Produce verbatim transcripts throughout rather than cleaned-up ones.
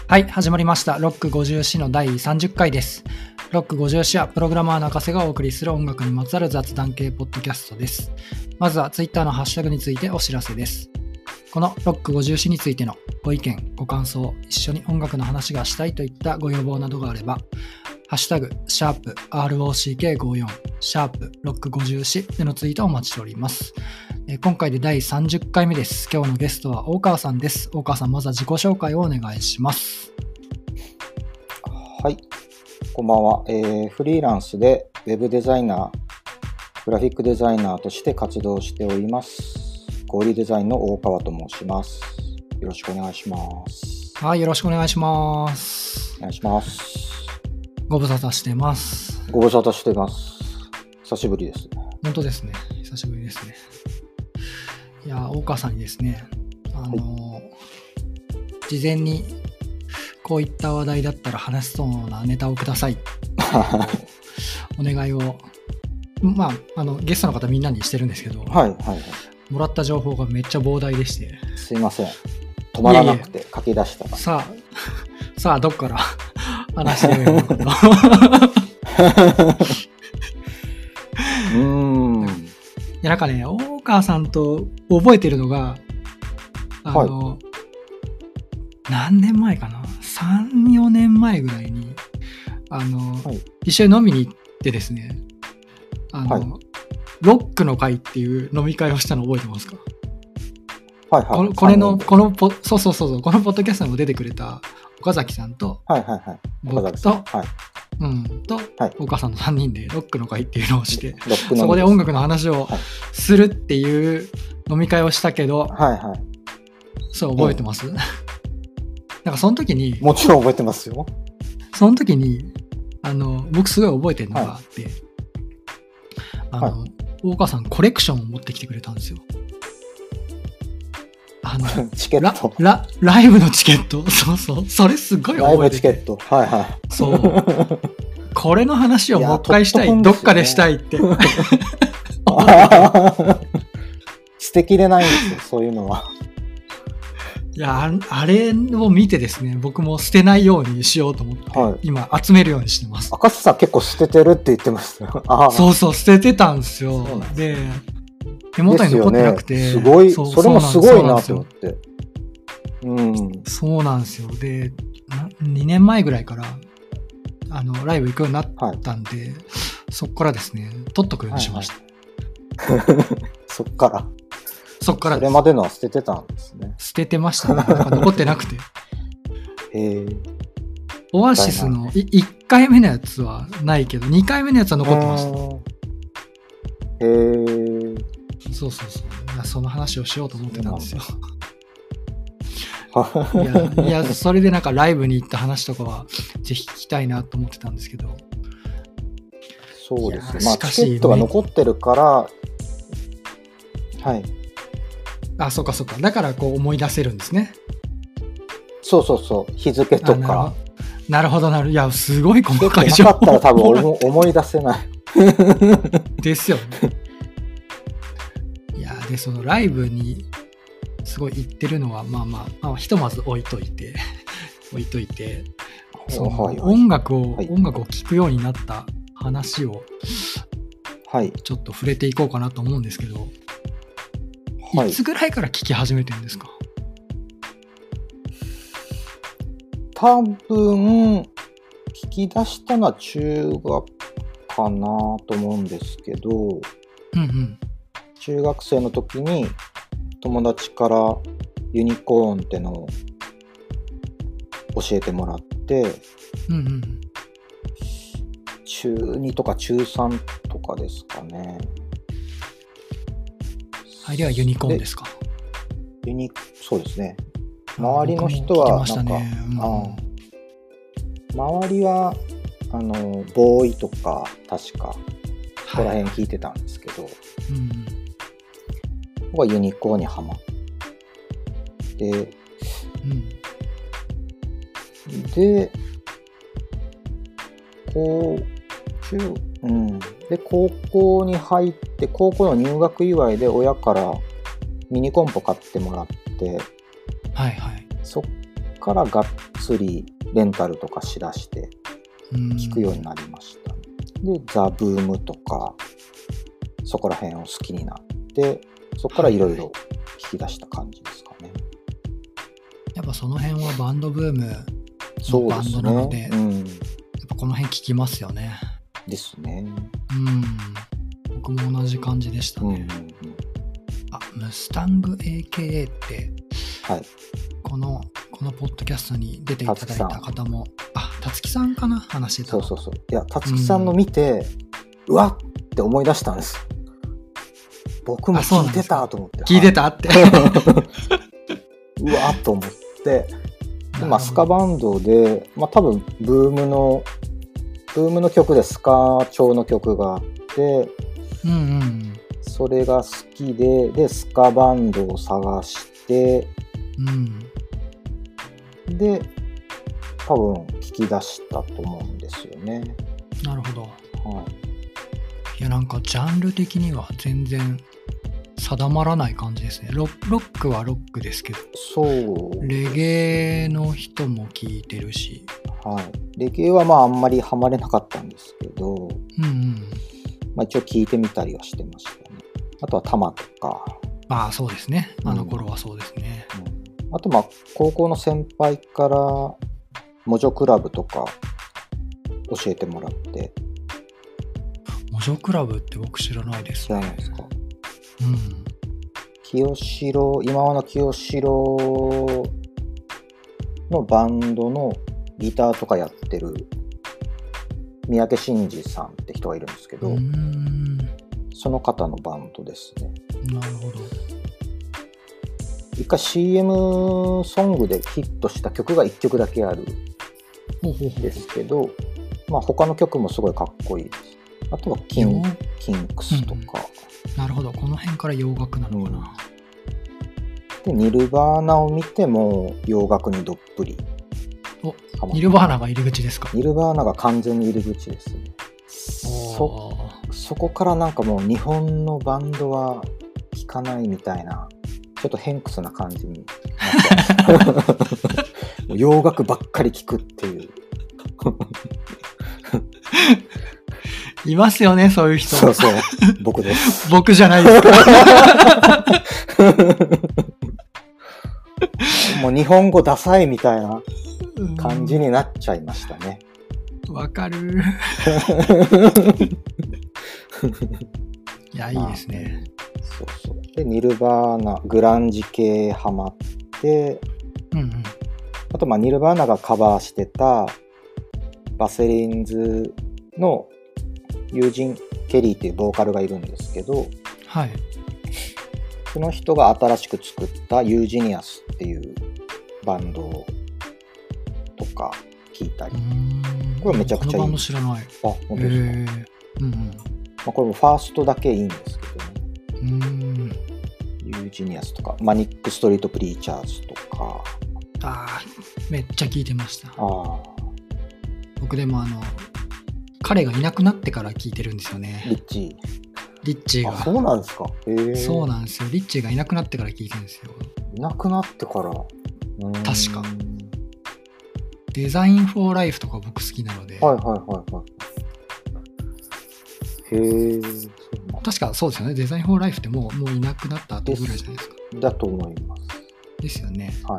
はい、始まりました。ロックごじゅうよんのだいさんじゅっかいです。ロックごじゅうよんはプログラマー中瀬がお送りする音楽にまつわる雑談系ポッドキャストです。まずは Twitter のハッシュタグについてお知らせです。このロックごじゅうよんについてのご意見、ご感想、一緒に音楽の話がしたいといったご要望などがあれば、ハッシュタグ、シャープ アールオーシーケーごじゅうよん、シャープロックごじゅうよんでのツイートをお待ちしております。今回でだいさんじゅっかいめです。今日のゲストは大川さんです。大川さん、まずは自己紹介をお願いします。 はい、こんばんは、えー。フリーランスでウェブデザイナー、グラフィックデザイナーとして活動しております。小売デザインの大川と申します。よろしくお願いします。 はい、よろしくお願いします。 お願いします。 ご無沙汰してます。 ご無沙汰してます。久しぶりですね。 本当ですね。久しぶりですね。いや、大川さんにですね、あの、はい、事前にこういった話題だったら話しそうなネタをくださいお願いを、まあ、あのゲストの方みんなにしてるんですけど、 はいはいはい、 もらった情報がめっちゃ膨大でして、 すいません、止まらなくて書き出したから。 さあさあどっから話してみようかなうーん、いや、なんかね、大川さんと覚えてるのが、あの、はい、何年前かな、さん、よねんまえぐらいに、あの、はい、一緒に飲みに行ってですね、あの、はい、ロックの会っていう飲み会をしたの覚えてますか？ はいはい、 こ, これの、このポ、そうそうそうそう、このポッドキャストにも出てくれた岡崎さんと、 はいはいはい、 僕と、はい、うん、と、はい、岡さんのさんにんでロックの会っていうのをして、そこで音楽の話をするっていう飲み会をしたけど、 はいはい、 そう覚えてます？うん、なんかその時に、 もちろん覚えてますよ。 その時に、あの、僕すごい覚えてるのがあって、はい、あの、はい、大川さんコレクションを持ってきてくれたんですよ。あのチケットラ、ラ、ライブのチケット、そうそう、それすごい覚えてて。 ライブチケット、はいはい。 そう。これの話をもう一回したい、いね、どっかでしたいって。 捨てきれないんですよ、そういうのは。 いや、あれを見てですね、僕も捨てないようにしようと思って、はい、今集めるようにしてます。 赤瀬さん結構捨ててるって言ってましたよ。あ、 そうそう、捨ててたんですよ。で、手元に残ってなくて、 ね、すごい、そ, それもすごいなと思って。うん、 そうなんですよ。で、にねんまえぐらいからあのライブ行くようになったんで、はい、そっからですね、取っとくようにしました。 はいはい、そっから。 そっからです。 それまでのは捨ててたんですね。 捨ててましたね。なんか残ってなくて。 へー。 オアシスのいっかいめのやつはないけど、にかいめのやつは残ってました。 へー。 そうそうそう。その話をしようと思ってたんですよ。いや、いや、それでなんかライブに行った話とかはぜひ聞きたいなと思ってたんですけど。 そうですね。まあチケットが残ってるから、はい。 あ、そうかそうか。だからこう思い出せるんですね。 そうそうそう。日付とか。 なるほどなるほど。いや、すごい細かい情報。なかったら多分思い出せない。 ですよね。いや、で、そのライブにすごい行ってるのは、まあまあ、まあ、ひとまず置いといて、置いといて、その音楽を、はい、音楽を聴くようになった話を、はい、ちょっと触れていこうかなと思うんですけど、はい、いつぐらいから聴き始めてるんですか？ 多分、聞き出したのは中学かなと思うんですけど、 うんうん、 中学生の時に友達からユニコーンってのを教えてもらって、 うんうん、 中にとか中さんとかですかね。 入りはユニコーンですか？ ユニそうですね。周りの人はなんか、 ね、うん、 あ周りはあのボーイとか確かここら辺聞いてたんですけど、はい、うん、僕はユニコーンにハマって、うん、でこう中うんで高校に入って高校の入学祝いで親からミニコンポ買ってもらって、 はいはい、 そっからがっつりレンタルとかしだして聞くようになりました、ね、でザ・ブームとかそこら辺を好きになってそこからいろいろ聞き出した感じですかね、はい、 やっぱその辺はバンドブームのバンドなので、 そうですね、うん、 やっぱこの辺聞きますよね。 ですね。 うん、僕も同じ感じでしたね、うんうんうん、あ、ムスタング エーケーエー って、はい、このこのポッドキャストに出ていただいた方も、あ、たつきさんかな、話してたの。 そうそうそう、いや、たつきさんの見て、うん、うわっって思い出したんです。僕も聞いてたと思って、 聞いてたってうわっと思って、で、まあ、スカバンドで、まあ、多分ブームのブームの曲でスカ調の曲があって、 うんうん、 それが好きで、でスカバンドを探して、うん、で多分聞き出したと思うんですよね。 なるほど、 はい、 いや、なんかジャンル的には全然定まらない感じですね。 ロ, ロックはロックですけど、 そうレゲエの人も聞いてるし、 はい、レゲエはまああんまりハマれなかったんですけど、 うんうん、 まあ、一応聞いてみたりはしてましたね。あとはタマとか、 ああ、そうですね、あの頃はそうですね、 うんうん、あとまあ高校の先輩からモジョクラブとか教えてもらって。 モジョクラブって僕知らないですね。 知らないですか。 うん、 清志郎、今和の清志郎のバンドのギターとかやってる三宅伸二さんって人がいるんですけど、うーん、その方のバンドですね。 なるほど。 一回 シーエム ソングでヒットした曲がいっきょくだけあるんですけど、まあ、他の曲もすごいかっこいいです。あとはキン、キンクスとか、 うん、なるほど、この辺から洋楽なのかな、 うん、でニルバーナを見ても洋楽にどっぷり。 お、ニルバーナが入り口ですか。 ニルバーナが完全に入り口ですね。そ, そこからなんかもう日本のバンドは聴かないみたいな、ちょっと偏屈な感じになって洋楽ばっかり聴くっていういますよね、そういう人。 そうそう、僕です僕じゃないですかもう日本語ダサいみたいな感じになっちゃいましたね。 わかるいや、いいですね。 そうそう。でニルバーナ、グランジ系ハマって、うんうん、あとまあニルバーナがカバーしてたバセリンズのユージン・ケリーっていうボーカルがいるんですけど、 はい、 その人が新しく作ったユージニアスっていうバンドとか聞いたり、これめちゃくちゃいい。 このバンド知らない。 あ、本当ですか。うんうん、まあ、これもファーストだけいいんですけどね。うーん、ユージニアスとかマニック・ストリート・プリーチャーズとか。 あー、めっちゃ聞いてました。 あ、 僕でもあの彼がいなくなってから聞いてるんですよね。 リッチーリッチーが。 あ、そうなんですか。へー、 そうなんですよ。リッチーがいなくなってから聞いてるんですよ。 いなくなってから。うーん、 確かデザインフォーライフとか僕好きなので。 はいはいはいはい。へー、 確かそうですよね。デザインフォーライフってもう、もういなくなった後ぐらいじゃないですか。 だと思います。 ですよね。 はい。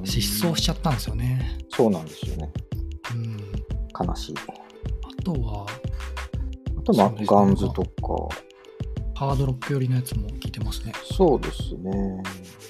失踪しちゃったんですよね。 そうなんですよね。うん、悲しい。 あとは、 あとまあ、ね、ガンズとかハードロック寄りのやつも聞いてますね。 そうですね。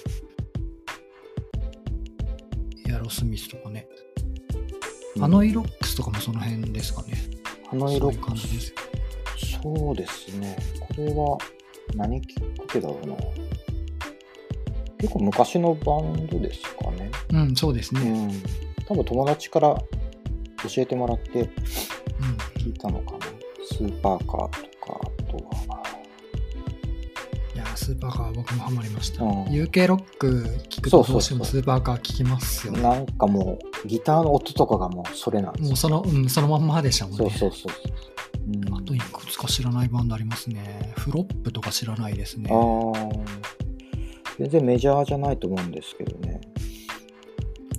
エアロスミスとかね、うん、ハノイロックスとかもその辺ですかね。 ハノイロックス、 そういう感じです。 そうですね。これは何きっかけだろうな。結構昔のバンドですかね。 うん、そうですね。うん、 多分友達から教えてもらって聞いたのかな。うん、スーパーカーとか、あとは。 いや、スーパーカーは僕もハマりました。うん、ユーケー ロック聞くとどうしてもスーパーカー聞きますよね。 なんかもうギターの音とかがもうそれなんですよ。 もうその、うん、そのまんまでしたもんね。 そうそうそうそう。 うん、あといくつか知らないバンドありますね。フロップとか知らないですね。 あ、全然メジャーじゃないと思うんですけどね。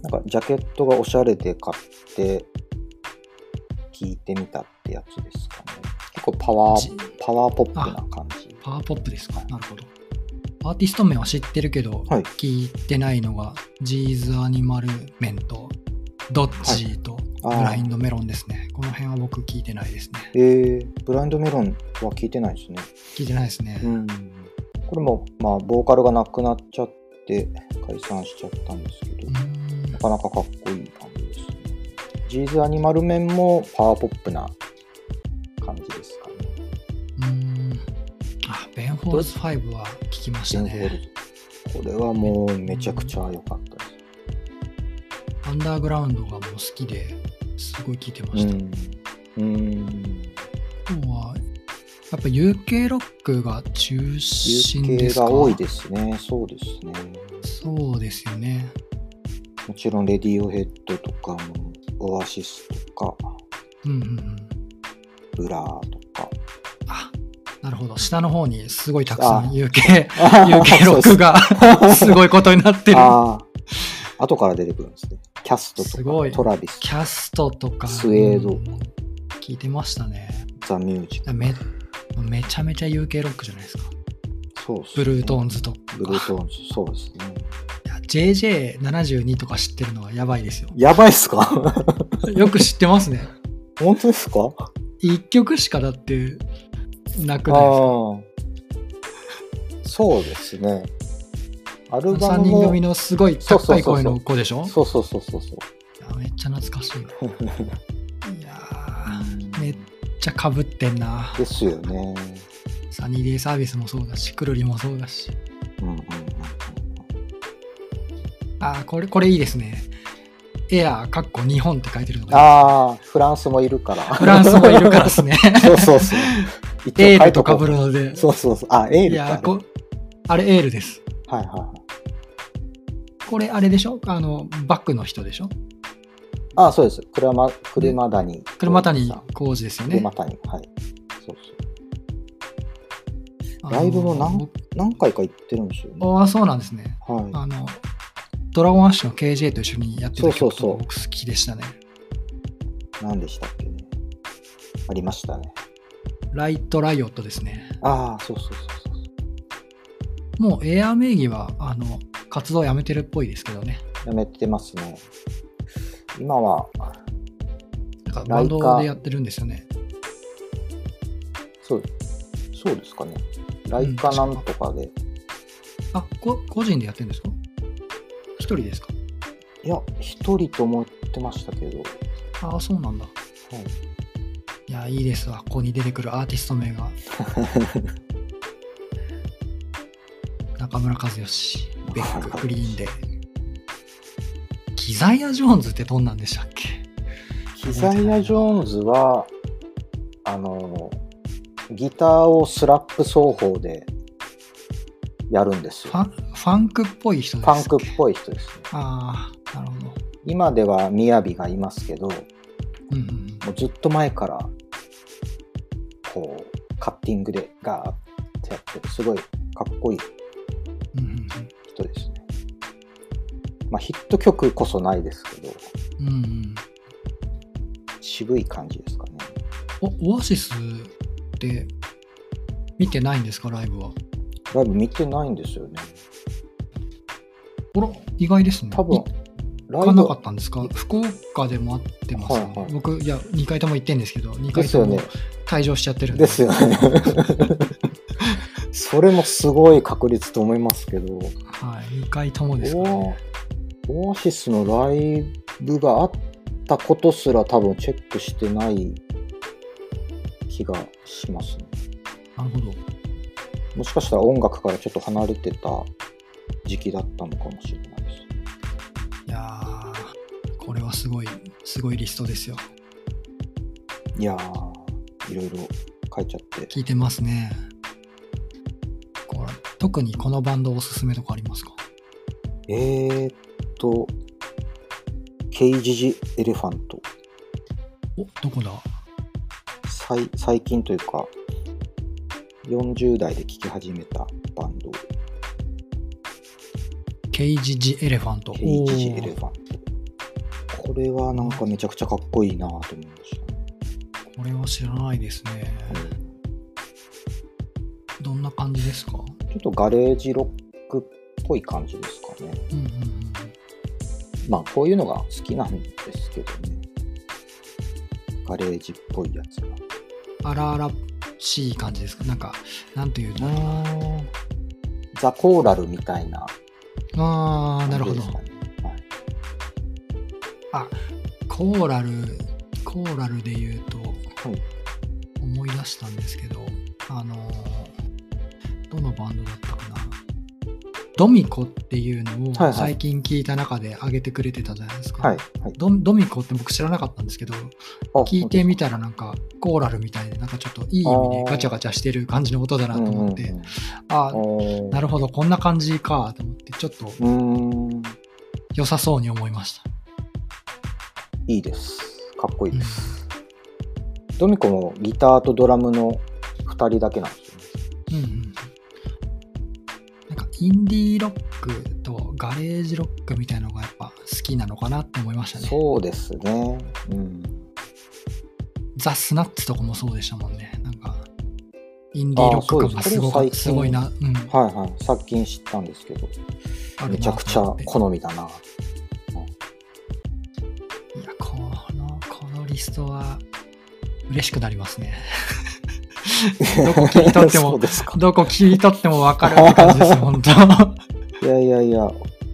なんかジャケットがおしゃれで買って聞いてみたってやつですかね。結構パワーパワーポップな感じ。 パワーポップですか。なるほど。アーティスト名は知ってるけど、 はい、 聞いてないのがジーズアニマルメンとドッジーとブラインドメロンですね。はい、この辺は僕聞いてないですね。 えー、ブラインドメロンは聞いてないですね。 聞いてないですね。 うん、これもまあボーカルがなくなっちゃって解散しちゃったんですけど、なかなかかっこいい感じですね。ジーズアニマルメンもパワーポップな感じですかね。 うーん、あ、ベン・フォールズファイブは聞きましたね。 これはもうめちゃくちゃ良かったです。 アンダーグラウンドがもう好きですごい聞いてました。 うん。うん。 あとはやっぱ ユーケー ロックが中心ですか。 ユーケー が多いですね。そうですね。 そうですよね。 もちろんレディオヘッドとかもオアシスとか、 うんうんうん、 ブラーとか。 あ、なるほど。下の方にすごいたくさん ユーケー ユーケー ロックがすごいことになってる。 ああ、後から出てくるんですね。キャストとかトラビス、 キャストとかスウェード、 聞いてましたね。 ザ・ミュージック。 めめちゃめちゃ ユーケー ロックじゃないですか。 そうですね。 ブルートーンズとか。 ブルートーンズ、そうですね。 いや ジェージェーななじゅうに とか知ってるのはやばいですよ。 やばいっすか？ よく知ってますね。 本当ですか？ 一曲しかだってなくないですか？ そうですね。アルバムもさんにん組のすごい高い声の子でしょ？ そうそうそうそうそう。 いやめっちゃ懐かしい。いやーめっちゃかぶってんな。 ですよね。 サニーデイサービスもそうだし、くるりもそうだし。 うんうんうん、 あーこれこれいいですね。エアーかっこ日本って書いてるのがいい。 ああ、フランスもいるから。 フランスもいるからですね。 そうそうそう。 エールとかぶるので。 そうそうそう。あ、エールか、ね。 いやこあれエールです。 はいはいはい。 これあれでしょ？あのバックの人でしょ？ ああ、そうです。車車谷。 車谷浩二ですよね。 車谷、はい。そうそう。ライブも 何, 何回か行ってるんですよね。 ああ、そうなんですね。 はい。 あのドラゴンアッシュの ケージェー と一緒にやってた曲と僕好きでしたね。 何でしたっけね。ありましたね。 ライトライオットですね。 ああ、そうそうそうそう。 もうエアー名義はあの活動やめてるっぽいですけどね。 やめてますね。今はなんかバンドでやってるんですよね。 そう、そうですかね。ライカなんとかで。うん、 あ、こ個人でやってるんですか？一人ですか？ いや、一人と思ってましたけど。 ああ、そうなんだ。はい。いや、いいですわ。ここに出てくるアーティスト名が。中村和義、ベック、クリーンで。キザイア・ジョーンズってどんなんでしたっけ？ キザイア・ジョーンズは、あの、ギターをスラップ奏法でやるんですよ。 ファン、ファンクっぽい人ですか？ ファンクっぽい人ですね。 ああ、なるほど。 今ではみやびがいますけど、 うんうん、 もうずっと前からこうカッティングでガーってやってるすごいかっこいい人ですね。うんうん、まあヒット曲こそないですけど、 うんうん、 渋い感じですかね。 おオアシスって見てないんですか？ライブは。 ライブ見てないんですよね。 あら、意外ですね。 多分行かなかったんですか？福岡でも会ってますね。はいはい、僕いやにかいとも行ってんですけど、にかいとも退場しちゃってるんで。 ですよね。それもすごい確率と思いますけど。 はい、にかいともですかね。 オアシスのライブがあったことすら多分チェックしてない気がしますね。 なるほど。 もしかしたら音楽からちょっと離れてた時期だったのかもしれないです。 いやー、これはすごいすごいリストですよ。 いやー、いろいろ書いちゃって聞いてますね。これ特にこのバンドおすすめとかありますか？ えーっとケイジジエレファント。 お、どこだ？ 最最近というかよんじゅう代で聴き始めたバンド。 ケイジジエレファント。 ケイジジエレファント。 これはなんかめちゃくちゃかっこいいなと思いました。 これは知らないですね。うん、どんな感じですか？ちょっとガレージロックっぽい感じですかね。うんうんうん、まあこういうのが好きなんですけどね。ガレージっぽいやつが。 荒々しい感じですか？なんかなんというんだろうな。 ザコーラルみたいな。 ああ、なるほど。はい、あ、コーラルコーラルで言うと、はい、思い出したんですけど、あのどのバンドだったかな、ドミコっていうのを最近聞いた中で上げてくれてたじゃないですか。はいはい、ド, ドミコって僕知らなかったんですけど、聞いてみたらなんかコーラルみたいで、なんかちょっといい意味でガチャガチャしてる感じの音だなと思って、うんうんうん、あ、なるほど、こんな感じかと思って、ちょっと良さそうに思いました。 いいです。かっこいいです。うん、ドミコもギターとドラムのふたりだけなんですよね。うんうん、 なんかインディーロックとガレージロックみたいなのがやっぱ好きなのかなって思いましたね。 そうですね。うん、 ザ・スナッツとかもそうでしたもんね。なんかインディーロック感がすごい、すごいな、うん。 はいはい。最近知ったんですけど、めちゃくちゃ好みだな。 いや、このこのリストは嬉しくなりますね。どこ切り取ってもどこ切り取っても分かるって感じです本当。 いやいやいや。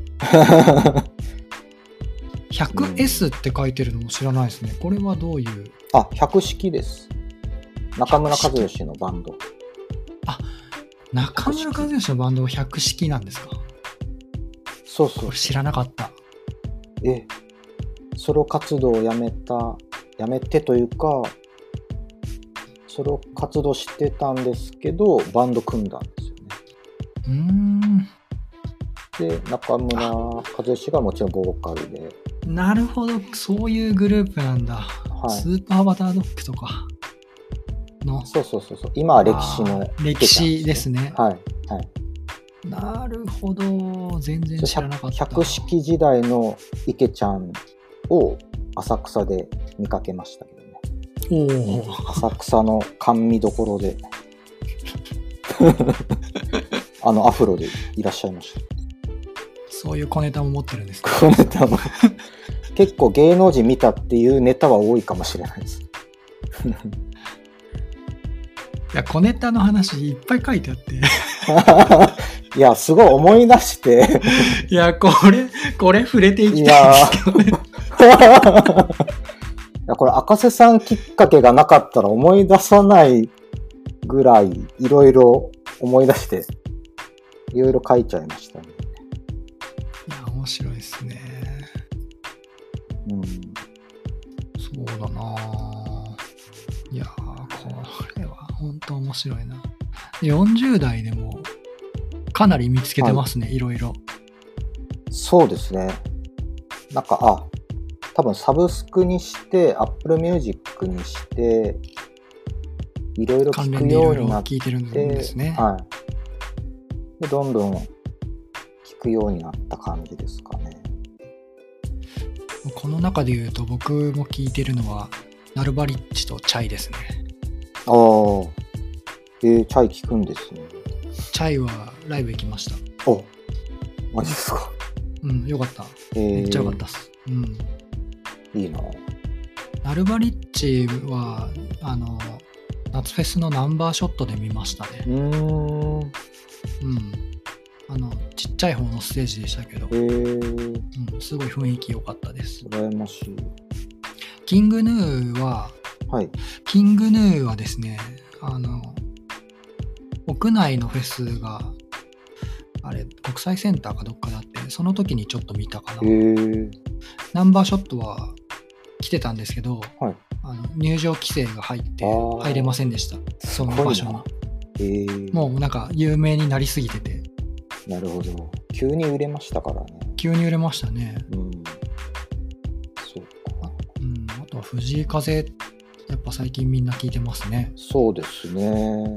ひゃくエス って書いてるのも知らないですね。これはどういう？ あ、ひゃく式です。中村和義のバンド。 あ、中村和義のバンドはひゃく式なんですか？ そうそう。 これ知らなかった。 え、ソロ活動をやめた、やめてというか、ソロ活動してたんですけど、バンド組んだんですよね。うーん。で、中村和義がもちろんボーカルで。 なるほど、そういうグループなんだ。はい、スーパーバタードッグとかの。 そうそうそうそう。今は歴史の、ね、 歴史ですね。 はいはい。 なるほど、全然知らなかった。 ひゃく式時代の池ちゃんを浅草で見かけましたけどね。お浅草の甘味どころであのアフロでいらっしゃいました。 そういう小ネタも持ってるんですか？ 小ネタも結構芸能人見たっていうネタは多いかもしれないですいや、小ネタの話いっぱい書いてあっていや、すごい思い出していや、これこれ触れていきたいんですけどね。いや、これ赤瀬さんきっかけがなかったら思い出さないぐらいいろいろ思い出していろいろ書いちゃいましたね。 いや、面白いですね。うん、そうだな。いや、これは本当面白いな。よんじゅう代でもかなり見つけてますね、はい、いろいろ。 そうですね。なんか、あ、多分サブスクにして、Apple Music にして、いろいろ聞くようになって、 聞いてるんですね。 はい。で、どんどん聞くようになった感じですかね。 この中で言うと、僕も聞いてるのは、ナルバリッチとチャイですね。 ああ、えー、チャイ聞くんですね。 チャイはライブ行きました。 お、マジですか。 うん、よかった。えー、めっちゃよかったっす。うん。 いいな。 ナルバリッチは、あの、夏フェスのナンバーショットで見ましたね。うーん。うん。あの、ちっちゃい方のステージでしたけど、えーうん、すごい雰囲気良かったです。 羨ましい。 キングヌーは、はい、キングヌーはですね、あの、屋内のフェスが、あれ、国際センターかどっかであって、その時にちょっと見たかな。へー。ナンバーショットは来てたんですけど、はい、あの入場規制が入って入れませんでした。その場所に。へー。もうなんか有名になりすぎてて。 なるほど。急に売れましたからね。 急に売れましたね。うん。 そうか。 うん。あとは藤井風、やっぱ最近みんな聞いてますね。 そうですね。うん。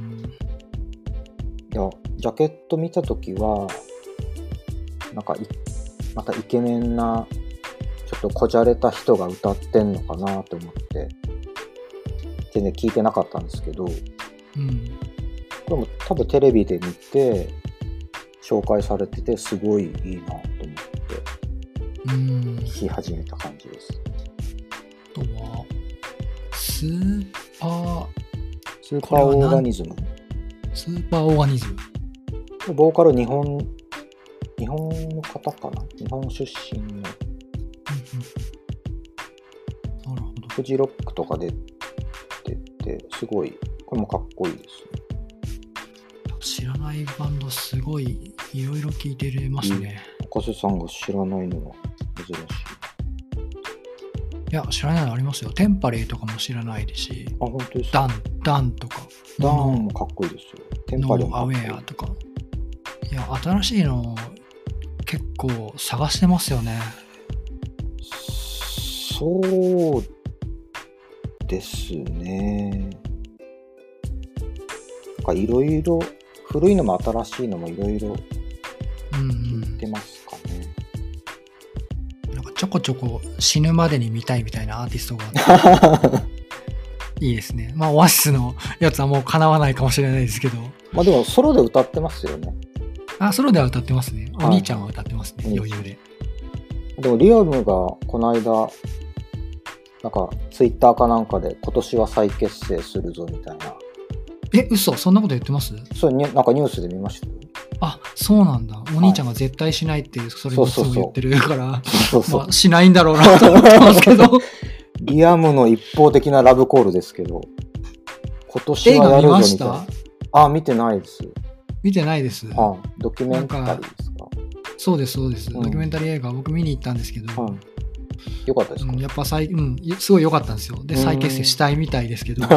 いや、ジャケット見たときは、なんかい、またイケメンな、ちょっとこじゃれた人が歌ってんのかなと思って全然聞いてなかったんですけど、うん、これも多分テレビで見て紹介されててすごいいいなと思って聞き始めた感じです。 あとはスーパースーパーオーガニズムスーパーオーガニズムボーカル日本日本の方かな日本出身の、うんうん、なるほどフジロックとか出ててすごいこれもかっこいいですね。 知らないバンドすごいいろいろ聞いてれますね。 博士さんが知らないのは珍しい。 いや知らないのありますよ。テンパレーとかも知らないですし、 あ本当ですか。ダンダンとかダンもかっこいいですよ。テンパレーもノーアウェアとかいや新しいの結構探してますよね。 そうですね。なんかいろいろ古いのも新しいのもいろいろ聞いてますかね、 うんうん、なんかちょこちょこ死ぬまでに見たいみたいなアーティストがいいですね。まあオアシスのやつはもう叶わないかもしれないですけど、 まあでもソロで歌ってますよね。 あソロでは歌ってますね。お兄ちゃんは歌ってますね、はい、余裕で。 でもリアムがこの間なんかツイッターかなんかで今年は再結成するぞみたいな。 え、嘘そんなこと言ってます？ そう、なんかニュースで見ましたよ。 あ、そうなんだ。お兄ちゃんが絶対しないっていう、それもいつも言ってるから、そうそうそう、まあ、しないんだろうなと思ってますけど。 リアムの一方的なラブコールですけど、今年はやるぞみたいな。映画見ました？あ、見てないです。 見てないです。 はあ、ドキュメンタリーですか？ そうです、そうです、うん。ドキュメンタリー映画、僕見に行ったんですけど、 はあ、よかったですか？ うん、やっぱ再、うん、すごい良かったんですよ。で、再結成したいみたいですけど。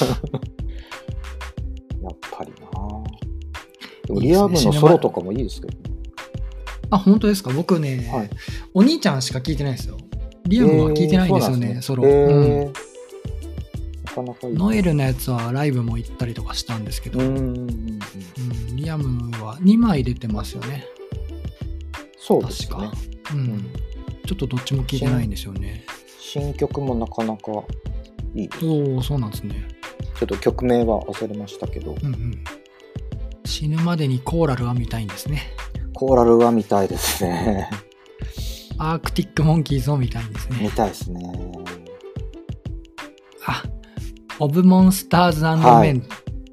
やっぱりな。でもリアムのソロとかもいいですけどね。 あ、本当ですか？僕ね、はい、お兄ちゃんしか聞いてないですよ。リアムは聞いてないんですよね、えー、ソロ。えーうん、なかなかいい。ノエルのやつはライブも行ったりとかしたんですけど、うんうんうんうん、リアムはにまい出てますよね。 そうですね。 確か、うんうん。ちょっとどっちも聞いてないんですよね。 新曲もなかなかいいです。 おお、そうなんですね。 ちょっと曲名は忘れましたけど、うんうん、 死ぬまでにコーラルは見たいんですね。 コーラルは見たいですね。 アークティックモンキーズを見たいんですね。 見たいですね。 あ、オブモンスターズ&メン、はい、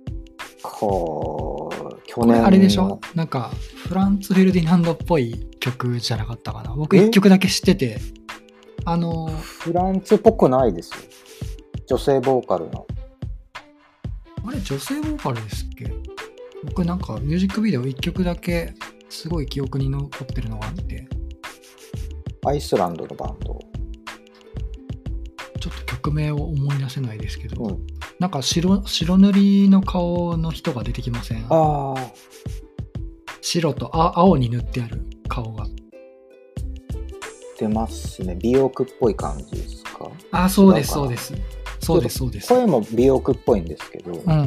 こう去年これあれでしょ、なんかフランツ・フェルディナンドっぽい曲じゃなかったかな。僕一曲だけ知ってて、あのフランツっぽくないですよ。女性ボーカルの。 あれ女性ボーカルですっけ？僕なんかミュージックビデオ一曲だけすごい記憶に残ってるのがあって、 アイスランドのバンド、 ちょっと曲名を思い出せないですけど、うん、なんか 白, 白塗りの顔の人が出てきません？ あ白とあ青に塗ってある顔が出ますね。美容区っぽい感じですか？ あ、そうですそうですそうですそうです。 声も美容区っぽいんですけど、 うんうんうん、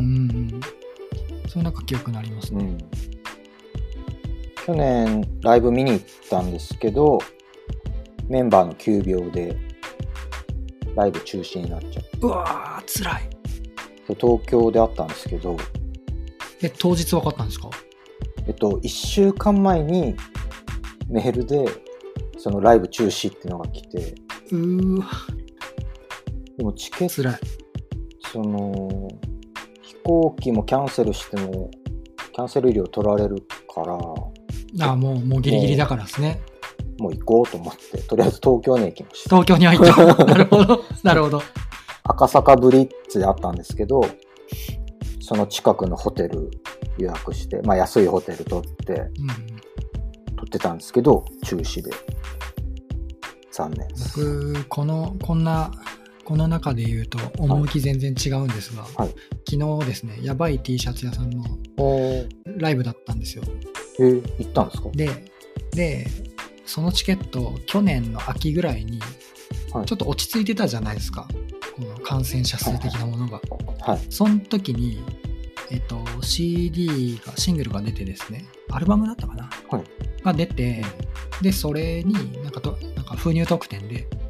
そういうなんか記憶になりますね、うん。 去年ライブ見に行ったんですけど、メンバーの急病でライブ中止になっちゃって、 うわー辛い。 東京であったんですけど、 え当日分かったんですか？ えっといっしゅうかんまえにメールでそのライブ中止っていうのが来て、 うーわでもチケット辛い。 その飛行機もキャンセルしてもキャンセル料取られるから、 あもうもうギリギリだからですね。 もう行こうと思ってとりあえず東京に行きました。 東京に入ったなるほどなるほど。 赤坂ブリッツであったんですけど、その近くのホテル予約して、まあ安いホテル取って、うん、取ってたんですけど中止で残念です。 僕このこんなこの中で言うと趣全然違うんですが、はい、昨日ですねやばい T シャツ屋さんのライブだったんですよ。 えー、行ったんですか？ ででそのチケット去年の秋ぐらいにちょっと落ち着いてたじゃないですか、この感染者数的なものが、はいはい、その時に、えっと、シーディー がシングルが出てですね、アルバムだったかな、はい、が出て、でそれになんかとなんか封入特典で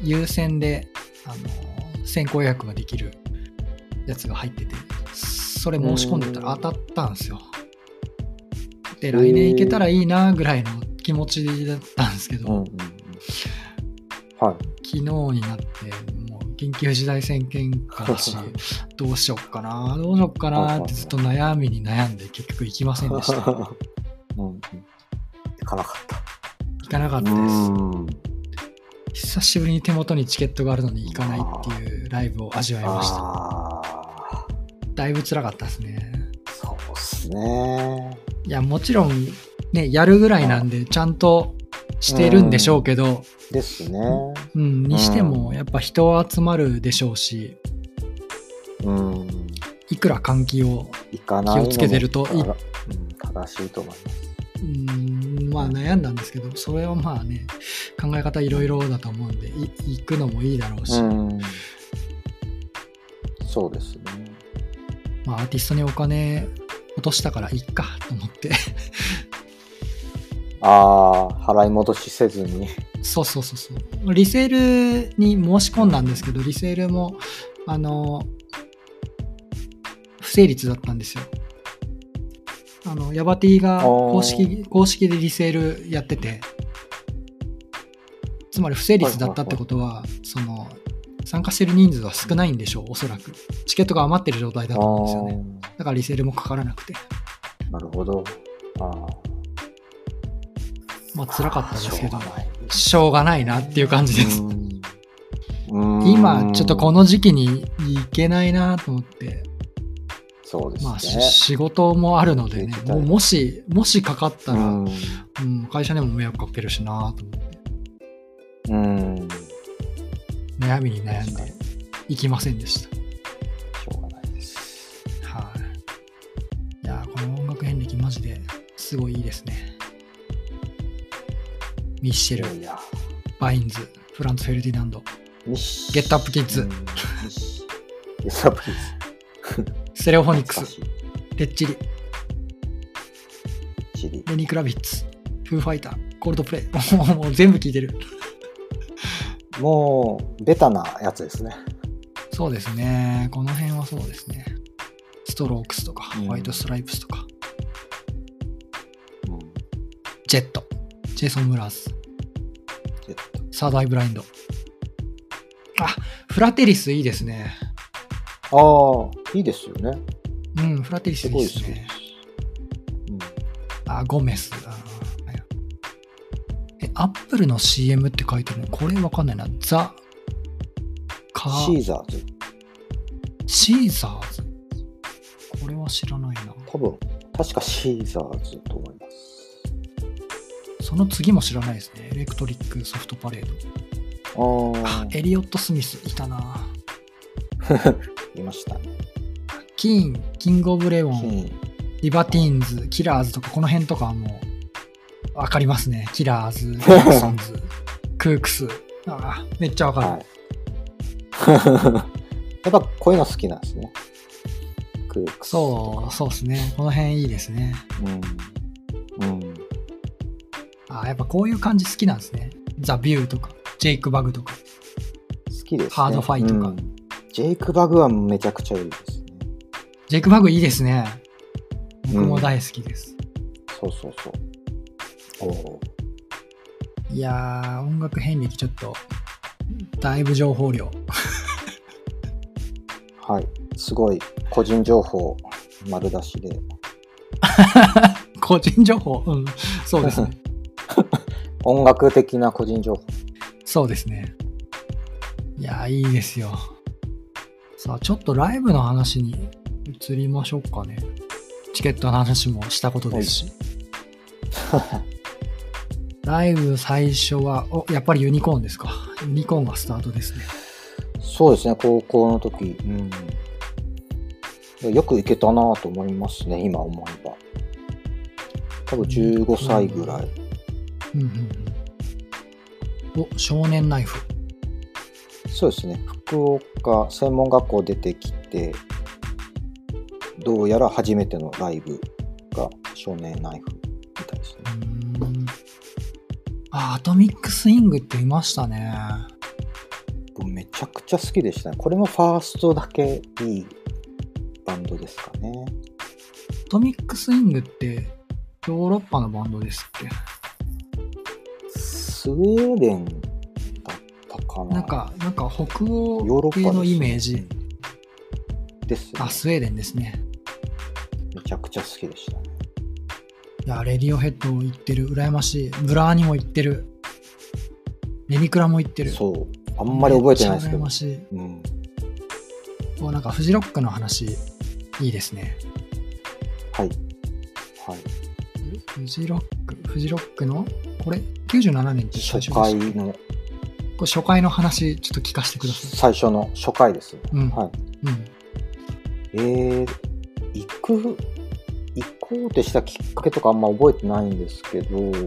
優先であの先行予約ができるやつが入ってて、それ申し込んでたら当たったんですよ。で来年行けたらいいなぐらいの気持ちだったんですけど、うんうん、 はい、 昨日になってもう緊急事態宣言下だしどうしよっかなどうしよっかなってずっと悩みに悩んで結局行きませんでした。うん、行かなかった。 行かなかったです。うん久しぶりに手元にチケットがあるのに行かないっていうライブを味わいました。あだいぶ辛かったですね。 そうですね。 いやもちろんねやるぐらいなんでちゃんとしてるんでしょうけど、うん、 ですね。 うんにしてもやっぱ人は集まるでしょうし、うん、いくら換気を気をつけてるといい、うん、 正しいと思います。 うんまあ悩んだんですけど、それはまあね考え方いろいろだと思うんでい行くのもいいだろうし、うん、 そうですね。 まあアーティストにお金落としたからいいかと思ってああ払い戻しせずにそうそうそうそうリセールに申し込んだんですけど、リセールもあの不成立だったんですよ。あのヤバティが公式公式でリセールやってて、つまり不成立だったってことは、その参加してる人数は少ないんでしょう、おそらくチケットが余ってる状態だと思うんですよね。だからリセールもかからなくて。 なるほど。あまあ辛かったですけどしょうがないなっていう感じです。うん今ちょっとこの時期に行けないなと思って。 そうですね。 まあ、仕事もあるのでね、も, もしもしかかったら、うんうん、会社にも迷惑かけるしなと思って、うん、悩みに悩んで行きませんでした。 しょうがないです。 はい、いやこの音楽遍歴マジですごいいいですね。ミッシェル、バインズ、フランツ・フェルディナンド、ゲットアップキッズ、 ゲットアップキッズステレオフォニックス、レッチリ、レニー・クラビッツ、フーファイター、コールドプレイ、もう全部聴いてる。 もうベタなやつですね。 そうですね。この辺はそうですね。ストロークスとか、ホワイトストライプスとか、うん、ジェット、ジェイソン・ムラーズ、ジェットサードアイブラインド。あ、フラテリスいいですね。 ああ、いいですよね。 うん、フラテリスいいですね。うん、あ、ゴメス。あえ、アップルの シーエム って書いてるのこれわかんないな。ザ・カー。 シーザーズ。 シーザーズこれは知らないな。 多分、確かシーザーズと思います。 その次も知らないですね。エレクトリックソフトパレード。ああ。エリオット・スミスいたな。 いましたね。 キーン、キングオブレオン、リバティーンズ、キラーズとかこの辺とかはもう分かりますね。キラーズ、クソンズ、クークス、あめっちゃ分かる。 はい、やっぱこういうの好きなんですね。クークス。 そう、そうですね。この辺いいですね。うん。うん。あやっぱこういう感じ好きなんですね。ザ・ビューとか、ジェイク・バグとか。 好きですね。 ハードファイとか。うんジェイク・バグはめちゃくちゃいいですね。 ジェイク・バグいいですね。僕も大好きです。 うん、そうそうそう。おいやー、音楽遍歴ちょっと、だいぶ情報量。 はい、すごい個人情報丸出しで。 個人情報うん、そうですね。 音楽的な個人情報。 そうですね。いやー、いいですよ。さあちょっとライブの話に移りましょうかね。チケットの話もしたことですしライブ最初はおやっぱりユニコーンですか。ユニコーンがスタートですね。 そうですね、高校の時、うん、よく行けたなと思いますね。今思えば多分じゅうごさいぐらい、うんうんうん、お少年ナイフ。 そうですね、福岡専門学校出てきてどうやら初めてのライブが少年ナイフみたいですね。 うーんあアトミックスイングっていましたね。 僕めちゃくちゃ好きでしたね。これもファーストだけいいバンドですかね。 アトミックスイングってヨーロッパのバンドですっけ？ スウェーデンだったかな。 なんか、なんか北ヨーロッパ欧系のイメージ。 ですね。 あ、スウェーデンですね。 めちゃくちゃ好きでしたね。 いや、レディオヘッドも行ってる。羨ましい。ブラーニも行ってる。レミクラも行ってる。 そう。あんまり覚えてないですけど。 めっちゃ羨ましい。 うん。 こうなんかフジロックの話いいですね。 はい。はい。 フジロック、フジロックのこれきゅうじゅうななねんって最初初回の。 でしたっけ？これ初回の話ちょっと聞かせてください。 最初の初回ですね。 うん。 はい。 うん。 えー、行く、行こうとしたきっかけとかあんま覚えてないんですけど、 うんうんうん。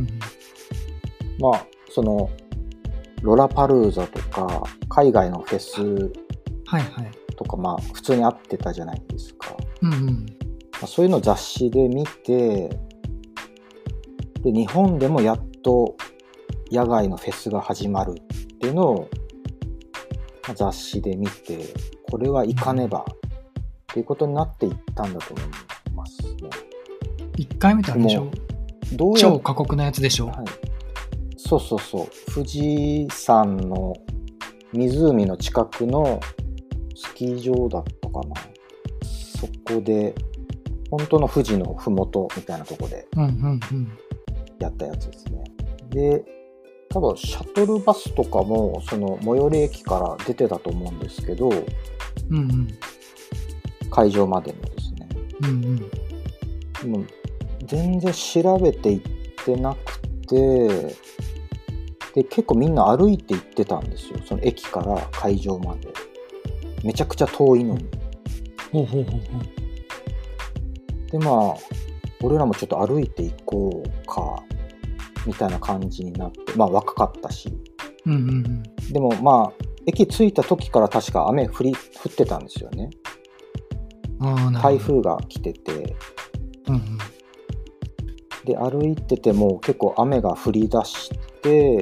まあ、その、ロラパルーザとか、海外のフェスはいはい。 とか、まあ、普通に会ってたじゃないですか。 うんうん。 まあ、そういうのを雑誌で見て、で、日本でもやっと野外のフェスが始まるっていうのを、まあ、雑誌で見て、これは行かねばっていうことになっていったんだと思いますね。 いっかいめってあれでしょ？ どうや超過酷なやつでしょ？ はい、そうそうそう。富士山の湖の近くのスキー場だったかな。そこで、本当の富士のふもとみたいなとこでうんうんうん。 やったやつですね。で、多分シャトルバスとかもその最寄り駅から出てたと思うんですけど、 うんうん。 会場までのですね。 うんうん。 でも全然調べていってなくて、で結構みんな歩いて行ってたんですよ。その駅から会場まで。めちゃくちゃ遠いのに。 ほうほうほうほう。 でまあ俺らもちょっと歩いて行こうかみたいな感じになって、まあ若かったし。 うんうんうん。 でもまあ駅着いた時から確か雨降り降ってたんですよね。 ああ、なるほど。 台風が来てて、 うんうん。 で歩いてても結構雨が降り出して、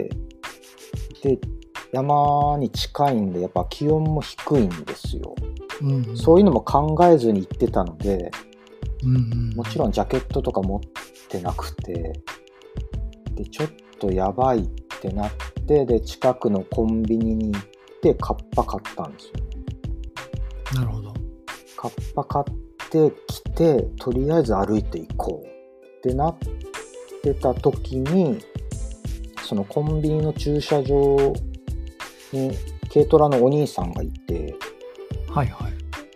で山に近いんでやっぱ気温も低いんですよ。 うんうん、 そういうのも考えずに行ってたので、 うんうん、 もちろんジャケットとか持ってなくて、でちょっとやばいってなって、で近くのコンビニに行ってカッパ買ったんですよね。 なるほど。 カッパ買ってきて、とりあえず歩いていこうってなってた時に、そのコンビニの駐車場に軽トラのお兄さんがいて、 はいはい。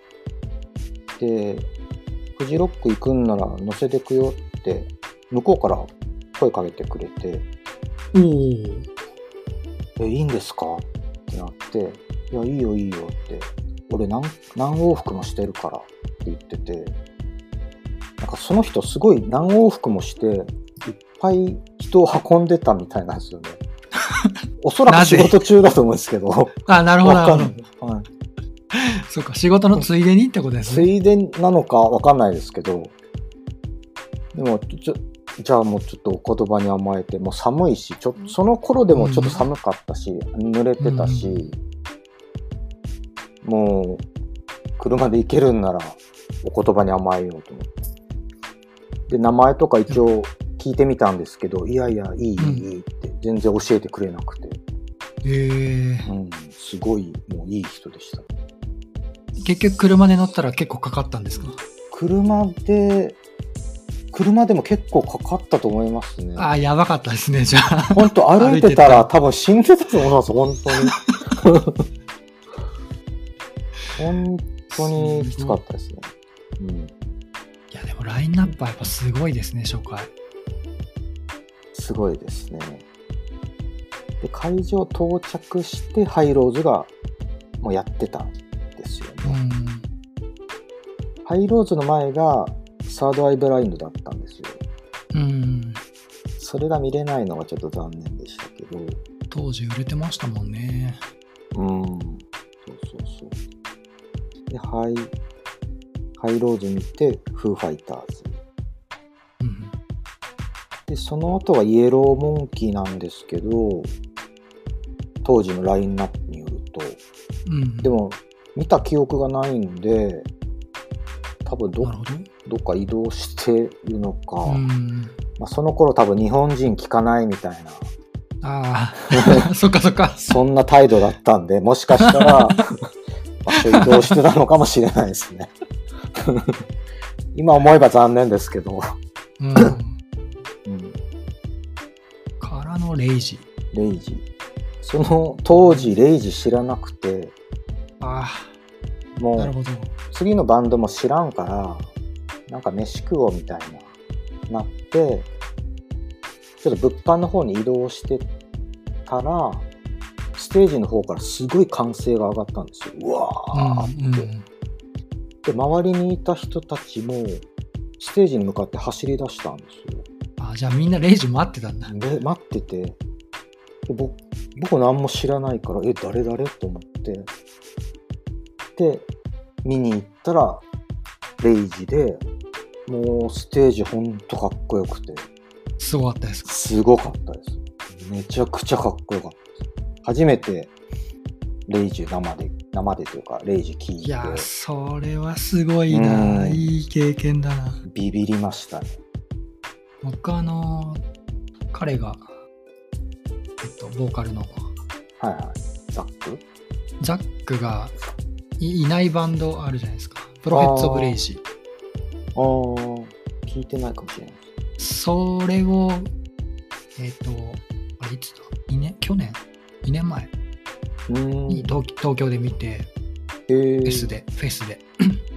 でフジロック行くんなら乗せてくよって向こうから声かけてくれて、 おお。 え、いいんですかってなって、いや、いいよいいよって、俺何、何往復もしてるからって言ってて、なんかその人すごい何往復もしていっぱい人を運んでたみたいなんですよね。おそらく仕事中だと思うんですけど。 あ、なるほどなるほど。 はい、 そうか、仕事のついでにってことですね。 ついでなのかわかんないですけど、でもちょじゃあもうちょっとお言葉に甘えて、もう寒いし、ちょその頃でもちょっと寒かったし、うん、濡れてたし、うん、もう車で行けるんならお言葉に甘えようと思って、で名前とか一応聞いてみたんですけど、いやいやいいいい、うん、いいって全然教えてくれなくて、 へー、 うん、すごいもういい人でした。 結局車で乗ったら結構かかったんですか？ 車で車でも結構かかったと思いますね。 ああ、やばかったですね、じゃあ。 本当歩いてたら多分死んでたと思います、本当に。本当にきつかったですね。うん、いや、でもラインナップはやっぱすごいですね、初回。 すごいですね。で、会場到着してハイローズがもうやってたんですよね。うん、ハイローズの前がサードアイブラインドだったんですよ。うん。それが見れないのがちょっと残念でしたけど。 当時売れてましたもんね。 うん。そうそうそう。で、ハイ、ハイローズ見て、フーファイターズ。うん。で、その後はイエローモンキーなんですけど、当時のラインナップによるうん、 でも見た記憶がないんで、多分 ど, なるほどどっか移動してるのか、 うんまあ、その頃多分日本人聞かないみたいな、 ああそっかそっかそんな態度だったんで、もしかしたら場所移動してたのかもしれないですね今思えば残念ですけど、 うんうん、 からのレイジ。 レイジ、その当時レイジ知らなくて、 ああもうなるほど。 次のバンドも知らんから、なんか飯食おうみたいななって、ちょっと物販の方に移動してたら、ステージの方からすごい歓声が上がったんですよ。うわーって、うんうん、で周りにいた人たちもステージに向かって走り出したんですよ。 あ、じゃあみんなレイジ待ってたんだ。 で待ってて、で僕僕何も知らないから、え誰誰と思って、で見に行ったらレイジで、もうステージほんとかっこよくて、 すごかったですか？ すごかったです。めちゃくちゃかっこよかったです。初めてレイジ生で生でというかレイジ聞いて、 いやそれはすごいな、いい経験だな。 ビビりましたね。 僕あの彼がえっとボーカルのはいはいザックザックが い, いないバンドあるじゃないですか。プロフェッツ・オブ・レイジ。 ああ聞いてないかもしれない。 それをえっとあれいつだにねん去年にねんまえに 東, 東京で見て、フェスでフェスで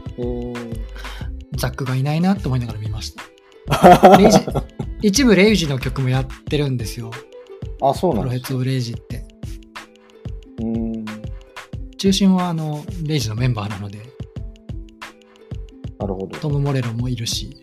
ザックがいないなって思いながら見ましたレイジ一部レイジの曲もやってるんですよ。 あ、そうなんです。 プロフェッツ・オブ・レイジって。 うーん、 中心はあのレイジのメンバーなので。 なるほど。 トム・モレロもいるし。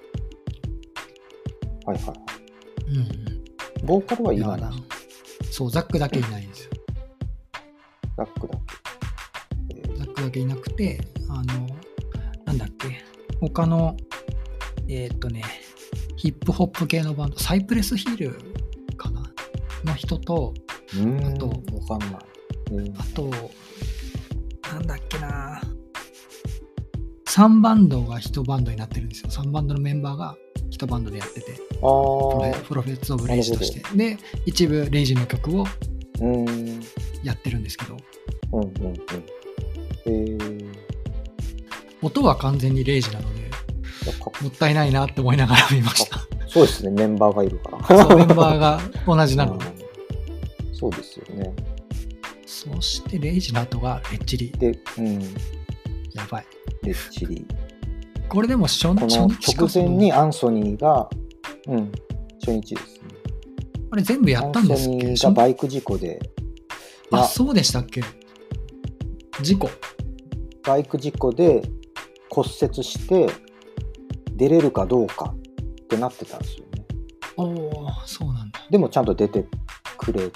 はいはいはい。 うん。 ボーカルはいないな。 そう、ザックだけいないんですよ。 ザックだけ。 えー、ザックだけいなくて、あの、なんだっけ、他の、えー、っとね、ヒップホップ系のバンド、サイプレスヒルかなの人と、 うんあと、わかんない。 あと、なんだっけな、さんバンドがいちバンドになってるんですよ。さんバンドのメンバーがいちバンドでやってて、 あプロプロフェッツ・オブ・レイジとして。で、一部レイジの曲をうんやってるんですけど、 うんうんうん。えー、 音は完全にレイジなので、もったいないなって思いながら見ました。 そうですね、メンバーがいるから。 そう、メンバーが同じなので。 そうですよね。 そしてレイジの後がレッチリ。 で、うん。 やばい。 レッチリ。 これでも初日、 この直前にアンソニーが、うん、初日ですね。 あれ全部やったんですっけ？ アンソニーがバイク事故で。 あ、そうでしたっけ？事故。 バイク事故で骨折して出れるかどうかってなってたんですよね。 おー、そうなんだ。 でもちゃんと出てくれて、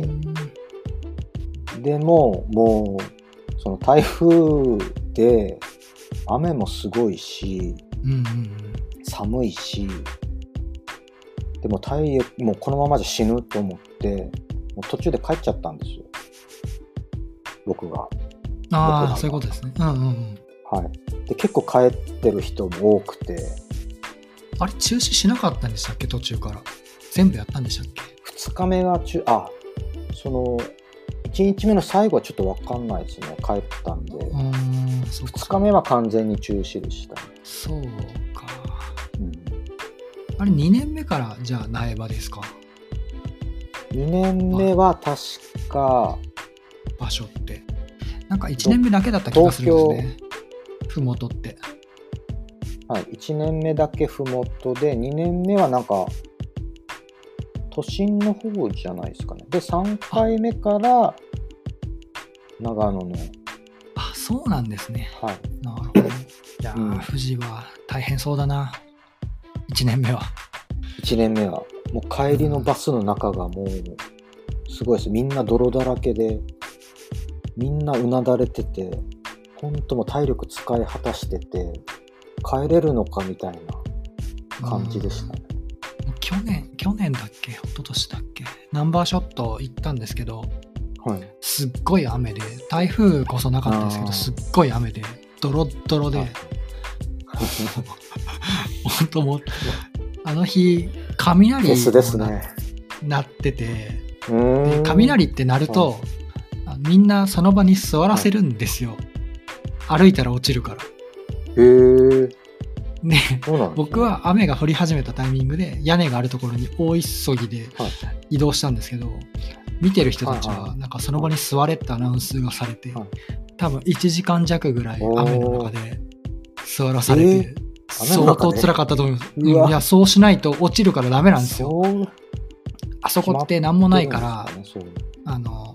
でももうその台風で雨もすごいし、 うんうんうん、 寒いし、でも体力もうこのままじゃ死ぬと思ってもう途中で帰っちゃったんですよ、僕が。 ああ、そういうことですね。うんうんうん。 はい。で結構帰ってる人も多くて。 あれ中止しなかったんでしたっけ？途中から全部やったんでしたっけ？ ふつかめが中あそのいちにちめの最後はちょっと分かんないですね、帰ったんで。うん、ふつかめは完全に中止でした、ね、 そうか、 うん、 あれにねんめからじゃあ苗場ですか？ にねんめは確か場所ってなんかいちねんめだけだった気がするんですね、ふもとって。 はい、いちねんめだけふもとで、にねんめはなんか都心の方じゃないですかね。でさんかいめから長野の。 あ、そうなんですね。 はい。 なるほど。いやー、うん、富士は大変そうだな。いちねんめは。 いちねんめはもう帰りのバスの中がもうすごいです。みんな泥だらけで、みんなうなだれてて、本当もう体力使い果たしてて、帰れるのかみたいな感じでしたね。 去年、去年だっけ、一昨年だっけ、ナンバーショット行ったんですけど、 はい、 すっごい雨で、台風こそなかったですけど、すっごい雨で、ドロッドロで、本当もう、あの日、雷が鳴ってて、で雷って鳴ると、はい、みんなその場に座らせるんですよ。はい、歩いたら落ちるから。 へー。 ね、僕は雨が降り始めたタイミングで屋根があるところに大急ぎで移動したんですけど、はい、見てる人たちはなんかその場に座れってアナウンスがされて、はい、多分いちじかん弱ぐらい雨の中で座らされて、えー、相当辛かったと思います。いや、そうしないと落ちるからダメなんですよ。あそこって何もないから、あの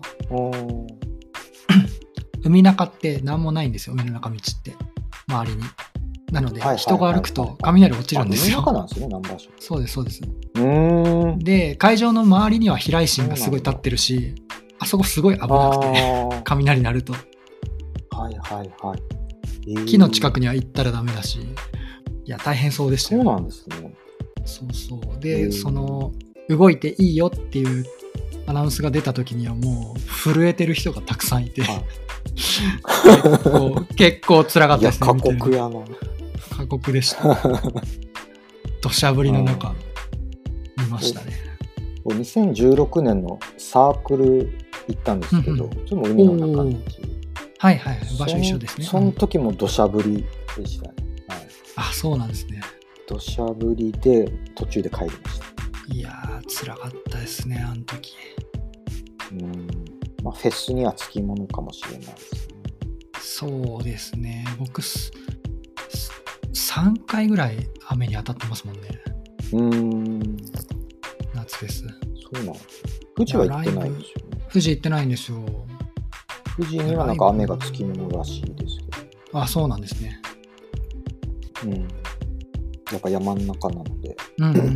海中って何もないんですよ。海の中道って周りに。なので、人が歩くと雷落ちるんですよ。そうです、そうです。 うーん。 で、会場の周りには避雷針がすごい立ってるし、あそこすごい危なくて、雷鳴ると。 はいはいはい。 えー、木の近くには行ったらダメだし、いや、大変そうでしたよ。 そうなんですね。 そうそう。で、えー、その、動いていいよっていうアナウンスが出た時にはもう、震えてる人がたくさんいて、はい、結構、結構辛かったですね。 いや、過酷やな。 過酷でした。土砂降りの中、見ましたね。 にせんじゅうろくねんのサークル行ったんですけど、うんうん、それも海の中道。 はいはい、場所一緒ですね。 その時も土砂降りでしたね。はい、 あ、そうなんですね。 土砂降りで途中で帰りました。 いやー、辛かったですね、あの時。 うん、まあ、フェスにはつきものかもしれないですね。 そうですね。僕さんかいぐらい雨に当たってますもんね。 うーん。 夏フェス。 そうなんです。富士は行ってないですよね。 富士行ってないんですよ。 富士にはなんか雨がつきものらしいですけど。あ、そうなんですね。 うん。やっぱ山の中なので。 うんうんうん。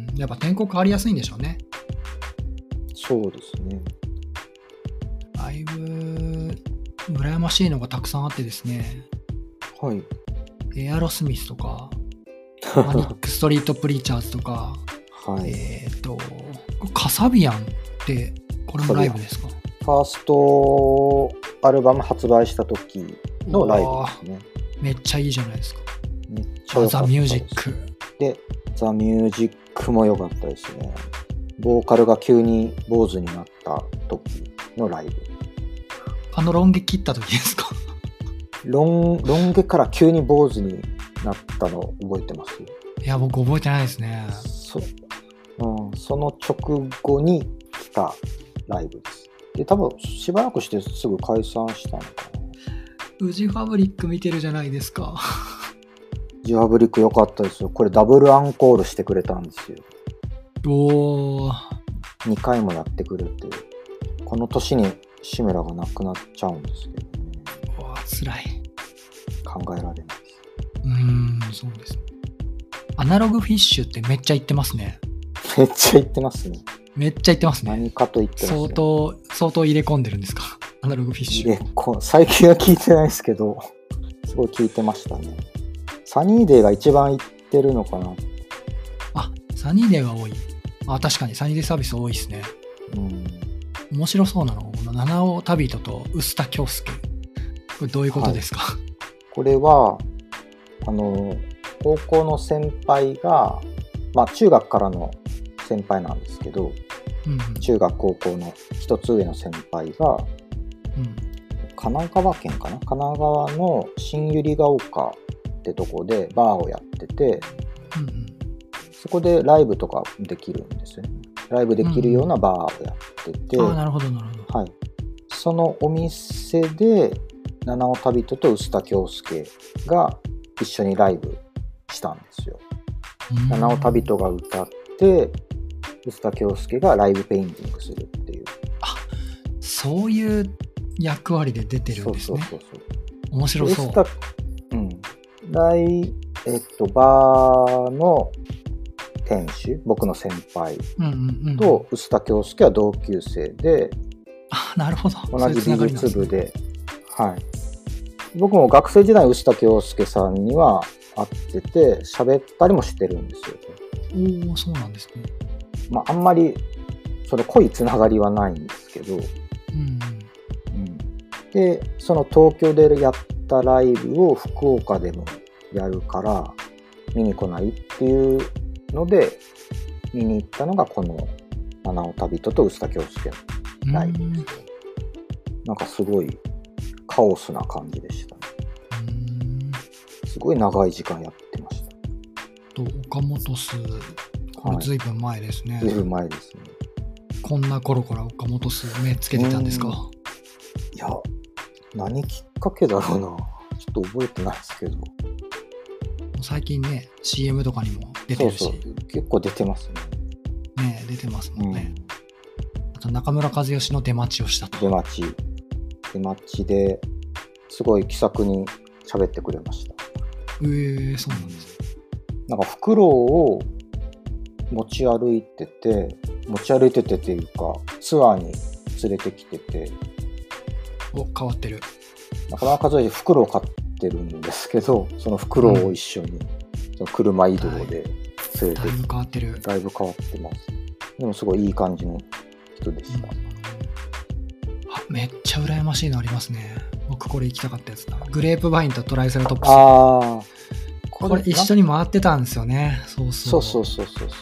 やっぱ天候変わりやすいんでしょうね。 そうですね。 だいぶ羨ましいのがたくさんあってですね。 はい。 エアロスミスとか、マニックストリートプリーチャーズとか、 はい、 えっと、カサビアンってこれもライブですか？ ファーストアルバム発売した時のライブですね。 めっちゃいいじゃないですか。 めっちゃ良かったです。 ザ・ミュージック。 で、ザ・ミュージックも良かったですね。ボーカルが急に坊主になった時のライブ。 あのロン毛切った時ですか？ ロン、ロン毛から急に坊主になったの覚えてます？ いや、僕覚えてないですね。 そ、うん、その直後に来たライブです。で、多分しばらくしてすぐ解散したのかな。 ウジファブリック見てるじゃないですか。 ウジファブリック良かったですよ。これダブルアンコールしてくれたんですよ。 おー。 にかいもやってくれて、この年にシメラがなくなっちゃうんですけどね。 うわー、辛い。 考えられないです。 うーん、そうですね。アナログフィッシュってめっちゃ言ってますね。 めっちゃ言ってますね。 めっちゃ言ってますね。 何かと言ってますね。 相当、相当入れ込んでるんですか？アナログフィッシュ。 え、こ最近は聞いてないですけど、すごい聞いてましたね。サニーデーが一番言ってるのかな。 あ、サニーデーが多い。あ、確かにサニーデーサービス多いですね。 うん。 面白そうなの。この七尾旅人と臼田恭介。これどういうことですか？はい、 これは、あの、高校の先輩が、まあ中学からの先輩なんですけど、うんうん、中学高校の一つ上の先輩が、うん、神奈川県かな神奈川の新百合ヶ丘ってとこでバーをやってて、うんうん、そこでライブとかできるんですよね。ライブできるようなバーをやってて、 うんうん、あ、なるほどなるほど。 はい。そのお店で七尾旅人と臼田恭介が一緒にライブしたんですよ。七尾旅人が歌って臼田恭介がライブペインティングするっていう。 あ、そういう役割で出てるんですね。そうそうそうそう。面白そう。 うん。ライえっとバーの店主、僕の先輩と臼田恭介は同級生で、 あ、なるほど。 同じ美術部で、はい。僕も学生時代臼田恭介さんには会ってて喋ったりもしてるんですよ。 おお、そうなんですね。 まああんまりその濃いつながりはないんですけど、うん、 でその東京でやったライブを福岡でもやるから見に来ないっていうので見に行ったのがこの七尾旅人と臼田恭介のライブです。なんかすごいカオスな感じでしたね。すごい長い時間やってました。 と岡本巣、これずいぶん前ですね。 ずいぶん前ですね。 こんな頃から岡本巣目つけてたんですか？ いや、何きっかけだろうな。ちょっと覚えてないですけど。 最近ね シーエム とかにも出てるし。 そうそう、結構出てますね。ね出てますもんね。うん、あと中村和義の出待ちをしたと。 出待ち。出待ちですごい気さくに喋ってくれました。 えー、そうなんです。 なんかフクロウを持ち歩いてて、持ち歩いててっていうかツアーに連れてきてて、 お変わってる。 中村和義フクロウを飼ってるんですけど、そのフクロウを一緒に、うん、その車移動で連れてきて、はい、だいぶ変わってる。 だいぶ変わってます。でもすごいいい感じの人でした。うん、 あ、めっちゃ羨ましいのありますね。僕これ行きたかったやつだ。グレープバインとトライセラトップス。 ああ。 これ一緒に回ってたんですよね。そうそう。 そうそうそうそうそう。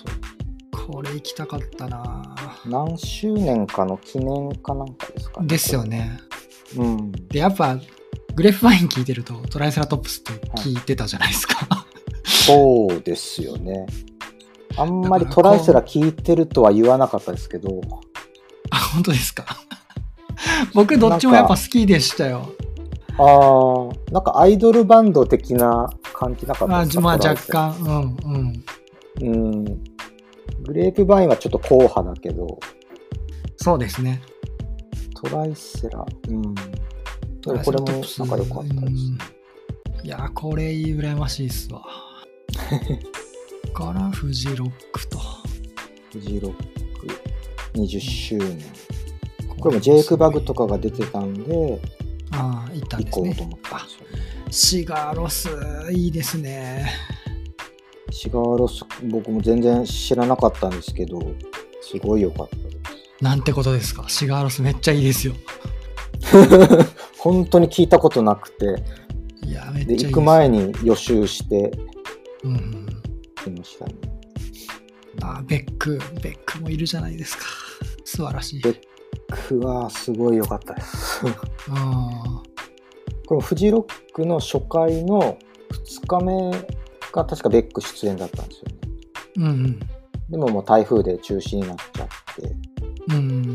これ行きたかったな。 何周年かの記念かなんかですかね。 ですよね。 うん。 でやっぱグレープバイン聞いてるとトライセラトップスって聞いてたじゃないですか。はい、 そうですよね。あんまりトライセラ聞いてるとは言わなかったですけど。 あ、本当ですか。僕どっちもやっぱ好きでしたよ。 ああ、なんかアイドルバンド的な感じなかったですか？ まあ、まあ若干、うんうん。 うん。グレープバインはちょっと硬派だけど。 そうですね。 トライセラ、うん。これも仲良かったですね。 いや、これ羨ましいっすわ。からフジロックと。 フジロックにじゅっしゅうねん。これもジェイクバグとかが出てたんで、 ああ、行ったんですね。 行こうと思ったんですよね。 シガーロス、いいですね。 シガーロス、僕も全然知らなかったんですけど、すごい良かったです。 なんてことですか。シガーロスめっちゃいいですよ。 本当に聞いたことなくて、 いや、めっちゃいいです。 で、行く前に予習して、 うん、 いましたね。 あ、ベック、ベックもいるじゃないですか。素晴らしい。 ベックはすごい良かったです。 あこのフジロックの初回のふつかめが確かベック出演だったんですよね。 うんうん。 でももう台風で中止になっちゃって、 うん、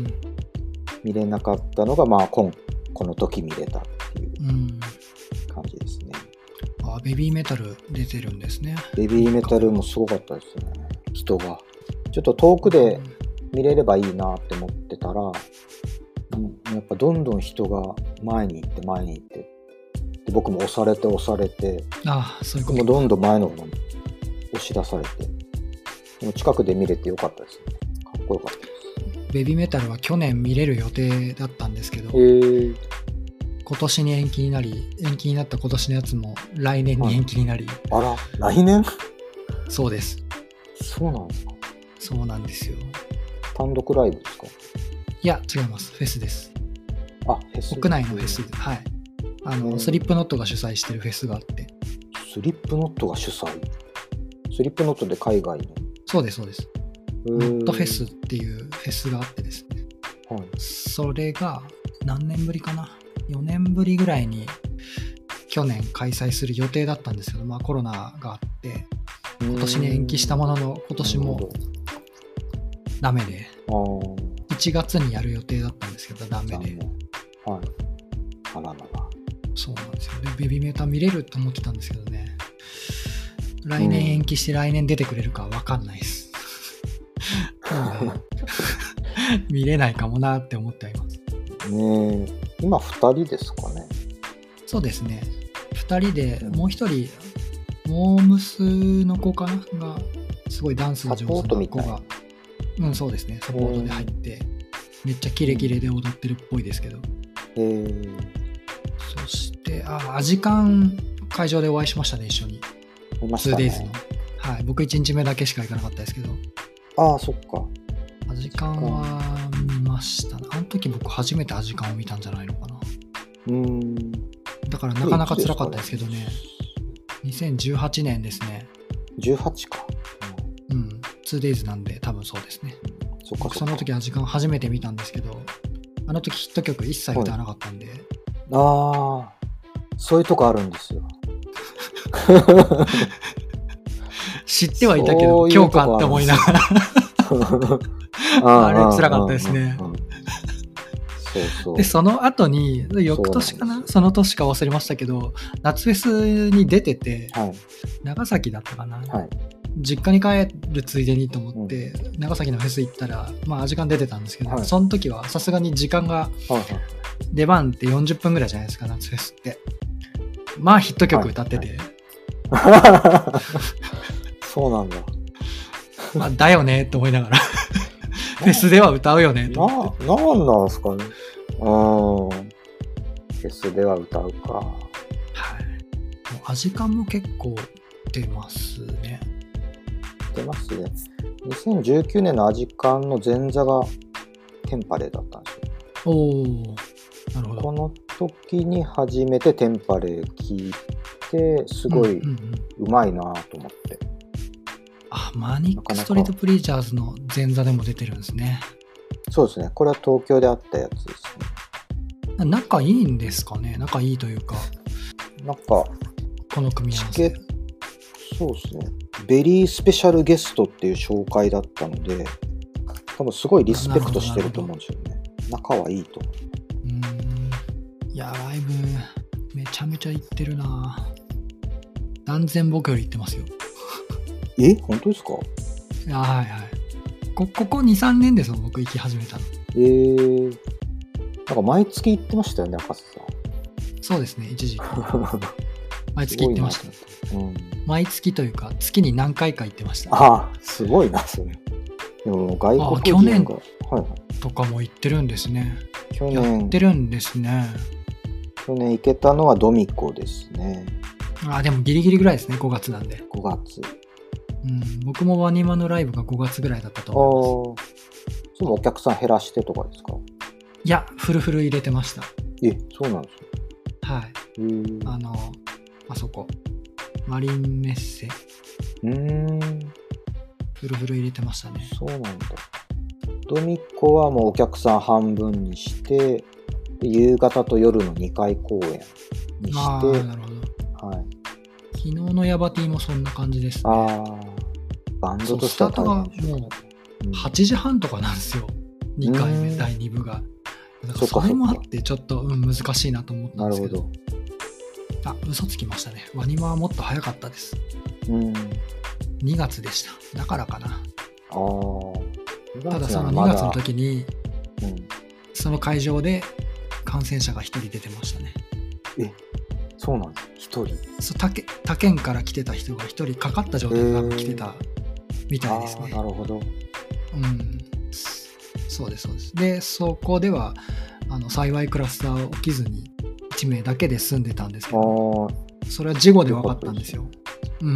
見れなかったのが、まあ今この時見れたっていう感じですね。 うん、あ、ベビーメタル出てるんですね。 ベビーメタルもすごかったですね。人がちょっと遠くで見れればいいなって思ってたら、うん、やっぱどんどん人が前に行って前に行ってで、僕も押されて押されて、 ああ、そういうこと。 もうどんどん前の方に押し出されて、でも近くで見れてよかったですね。かっこよかったです。 ベビーメタルは去年見れる予定だったんですけど、 えー、 今年に延期になり、延期になった今年のやつも来年に延期になり、 はい、あら、来年？ そうです。 そうなんですか？ そうなんですよ。 単独ライブですか？ いや、違います。フェスです。 あ、フェス。 国内のフェス。はい。あの、スリップノットが主催してるフェスがあって。 スリップノットが主催？スリップノットで海外の？ そうです、そうです。ノットフェスっていうフェスがあってですね。 はい。 それが何年ぶりかな？よねんぶりぐらいに去年開催する予定だったんですけど、まあコロナがあって、今年に延期したものの、今年もダメで、いちがつにやる予定だったんですけど、ダメで。はい。 あららら。そうなんですよ。で、ベビーメーター見れると思ってたんですけどね。来年延期して来年出てくれるかわかんないです。見れないかもなって思ってはいます。 ねえ、今ふたりですかね。 そうですね。ふたりで、もうひとり、モームスの子かなが、すごいダンスが上手な子が、うん、そうですね。サポートで入って、めっちゃキレキレで踊ってるっぽいですけど。 へえ。 そして、あ、アジカン会場でお会いしましたね、一緒に。 いましたね。 ツーデイズの。はい。僕いちにちめだけしか行かなかったですけど。 ああ、そっか。 アジカンは見ましたね。あの時僕初めてアジカンを見たんじゃないのかな。 うーん。 だからなかなか辛かったですけどね。にせんじゅうはちねんですね。 じゅうはちか。 うん。ツーデイズなんで多分そうですね。 そっかそっか。 僕その時は時間初めて見たんですけど、あの時ヒット曲一切歌わなかったんで。 ああ、そういうとこあるんですよ。 知ってはいたけど、今日かって思いながら。あれ辛かったですね。 そうそう。 で、その後に、翌年かな そ, その年か忘れましたけど、夏フェスに出てて、はい、長崎だったかな、はい、実家に帰るついでにと思って、うん、長崎のフェス行ったら、まあ時間出てたんですけど、はい、その時はさすがに時間が、出番ってよんじゅっぷんぐらいじゃないですか、夏フェスって。まあヒット曲歌ってて。 はいはい、そうなんだ。 まあ、だよねって思いながら。フェスでは歌うよねと思って。な、なんなんすかね。うん。フェスでは歌うか。はい。 アジカンも結構出ますね。 出ますね。にせんじゅうきゅうねんのアジカンの前座がテンパレーだったんですよ。 おー、なるほど。 この時に初めてテンパレー聞いて、すごい上手いなと思って。 あ、マニックストリートプリーチャーズの前座でも出てるんですね。 そうですね。これは東京であったやつですね。仲いいんですかね。仲いいというか。 なんか、 この組み合わせ。 そうですね。ベリースペシャルゲストっていう紹介だったので、多分すごいリスペクトしてると思うんですよね。仲はいいと思う。 うーん。いや、ライブ、めちゃめちゃ行ってるな。断然僕より行ってますよ。 え、本当ですか？ はいはい。こ, ここに、さんねんですよ、僕行き始めたの。 えー、なんか毎月行ってましたよね、赤瀬さん。そうですね、一時期。毎月行ってました。うん、毎月というか、月に何回か行ってました。 ああ、すごいな、それ。でも外国人が。あ、 去年とかも行ってるんですね。 去年。 やってるんですね。 去年行けたのはドミコですね。 あ、でもギリギリぐらいですね、ごがつなんで。 ごがつ。 うん、僕もワニマのライブがごがつぐらいだったと思います。 そのお客さん減らしてとかですか？ いや、フルフル入れてました。 え、そうなんですね。 はい。あの、あそこ、マリンメッセ。 うーん。 フルフル入れてましたね。 そうなんだ。ドミコはもうお客さん半分にして、夕方と夜のにかい公演にして。ああ、 なるほど。 はい。 昨日のヤバティもそんな感じですね。 ああ、バンドとしては大変でしょう。 もうはちじはんとかなんですよ。うん、にかいめ、だいに部が。だからそれもあってちょっと、うん、難しいなと思ったんですけど。なるほど。あ、嘘つきましたね。ワニマはもっと早かったです。うん。にがつでした。だからかな。ああ。ただそのにがつの時に、うん、その会場で感染者がひとり出てましたね。 え、そうなんです。一人。 そう、他県、他県から来てた人が一人かかった状態で多分来てたみたいですね。 なるほど。 うん。そうですそうです。で、そこではあの幸いクラスター起きずにいちめいだけで済んでたんですけど、それは事後で分かったんですよ。うん。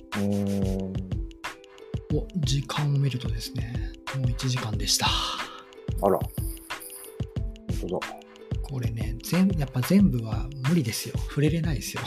お、時間を見るとですね、もういちじかんでした。 あら。本当だ。 これね、全やっぱ全部は無理ですよ。触れれないですよ。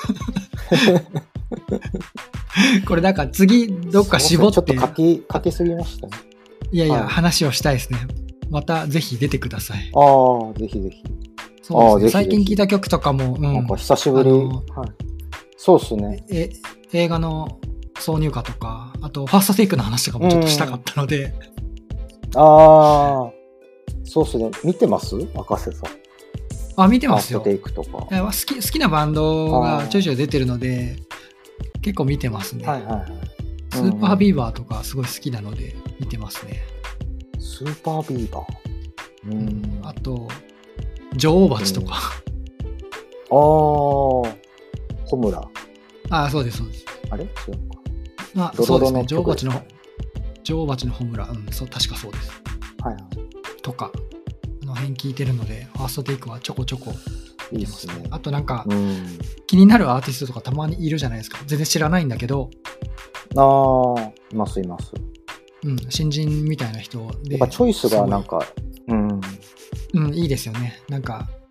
これだから次どっか絞って。 ちょっと書き、書きすぎましたね。 いやいや、はい、話をしたいですね。またぜひ出てください。 ああ、ぜひぜひ。 そうですね。最近聴いた曲とかも、うん、 なんか久しぶり。はい、そうですね。 え、映画の挿入歌とか、あとファーストテイクの話とかもちょっとしたかったので。 うん、ああ、そうですね。見てます？赤瀬さん。 あ、見てますよ。 ファーストテイクとか。 好き、好きなバンドがちょいちょい出てるので、結構見てますね。 はいはいはい。 スーパービーバーとかすごい好きなので見てますね。 スーパービーバー。 うん。あと、女王蜂とか。 ああ、ホムラ。 ああ、そうですそうです。 あれ違うか。あ、そうですね。女王蜂の、女王蜂のホムラ。うん、そう、確かそうです。はいはい。とか。あの辺聞いてるので、ファーストテイクはちょこちょこ見てますね。いいですね。あとなんか、うん、気になるアーティストとかたまにいるじゃないですか。全然知らないんだけど。 ああ、いますいます。 うん、新人みたいな人で。 やっぱチョイスがなんか、うん。 うん、いいですよね。なんか、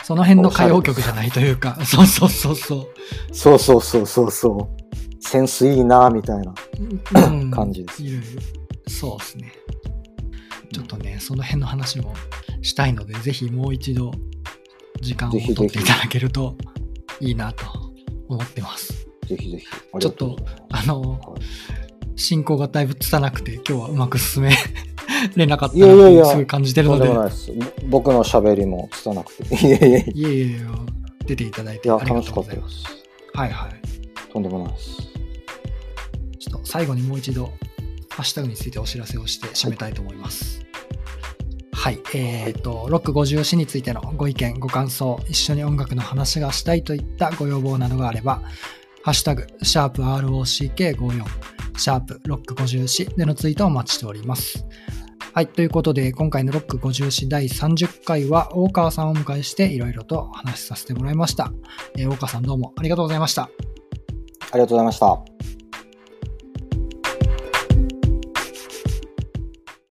その辺の歌謡曲じゃないというか、そうそうそうそう。 そうそうそうそうそう。センスいいなみたいな感じです。 うん、いるいる。そうですね。ちょっとね、その辺の話もしたいので、ぜひもう一度時間を取っていただけるといいなと思ってます。 ぜひぜひ。 ちょっと、あの、はい、進行がだいぶ拙くて、今日はうまく進めれなかったなとすごい感じてるので。いやいやいや、 とんでもないです。僕の喋りも拙くて。 いやいやいや。いやいやいや、出ていただいてありがとうございます。はいはい。 とんでもないです。 ちょっと最後にもう一度、ハッシュタグについてお知らせをして締めたいと思います。はい。はい、えっ、ー、と、ロックごじゅうよんについてのご意見、ご感想、一緒に音楽の話がしたいといったご要望などがあれば、ハッシュタグ、シャープ アールオーシーケーごじゅうよん、シャープロックごじゅうよんでのツイートをお待ちしております。はい。ということで、今回のロックごじゅうよんだいさんじゅっかいは、大川さんをお迎えしていろいろとお話しさせてもらいました。えー、大川さんどうもありがとうございました。ありがとうございました。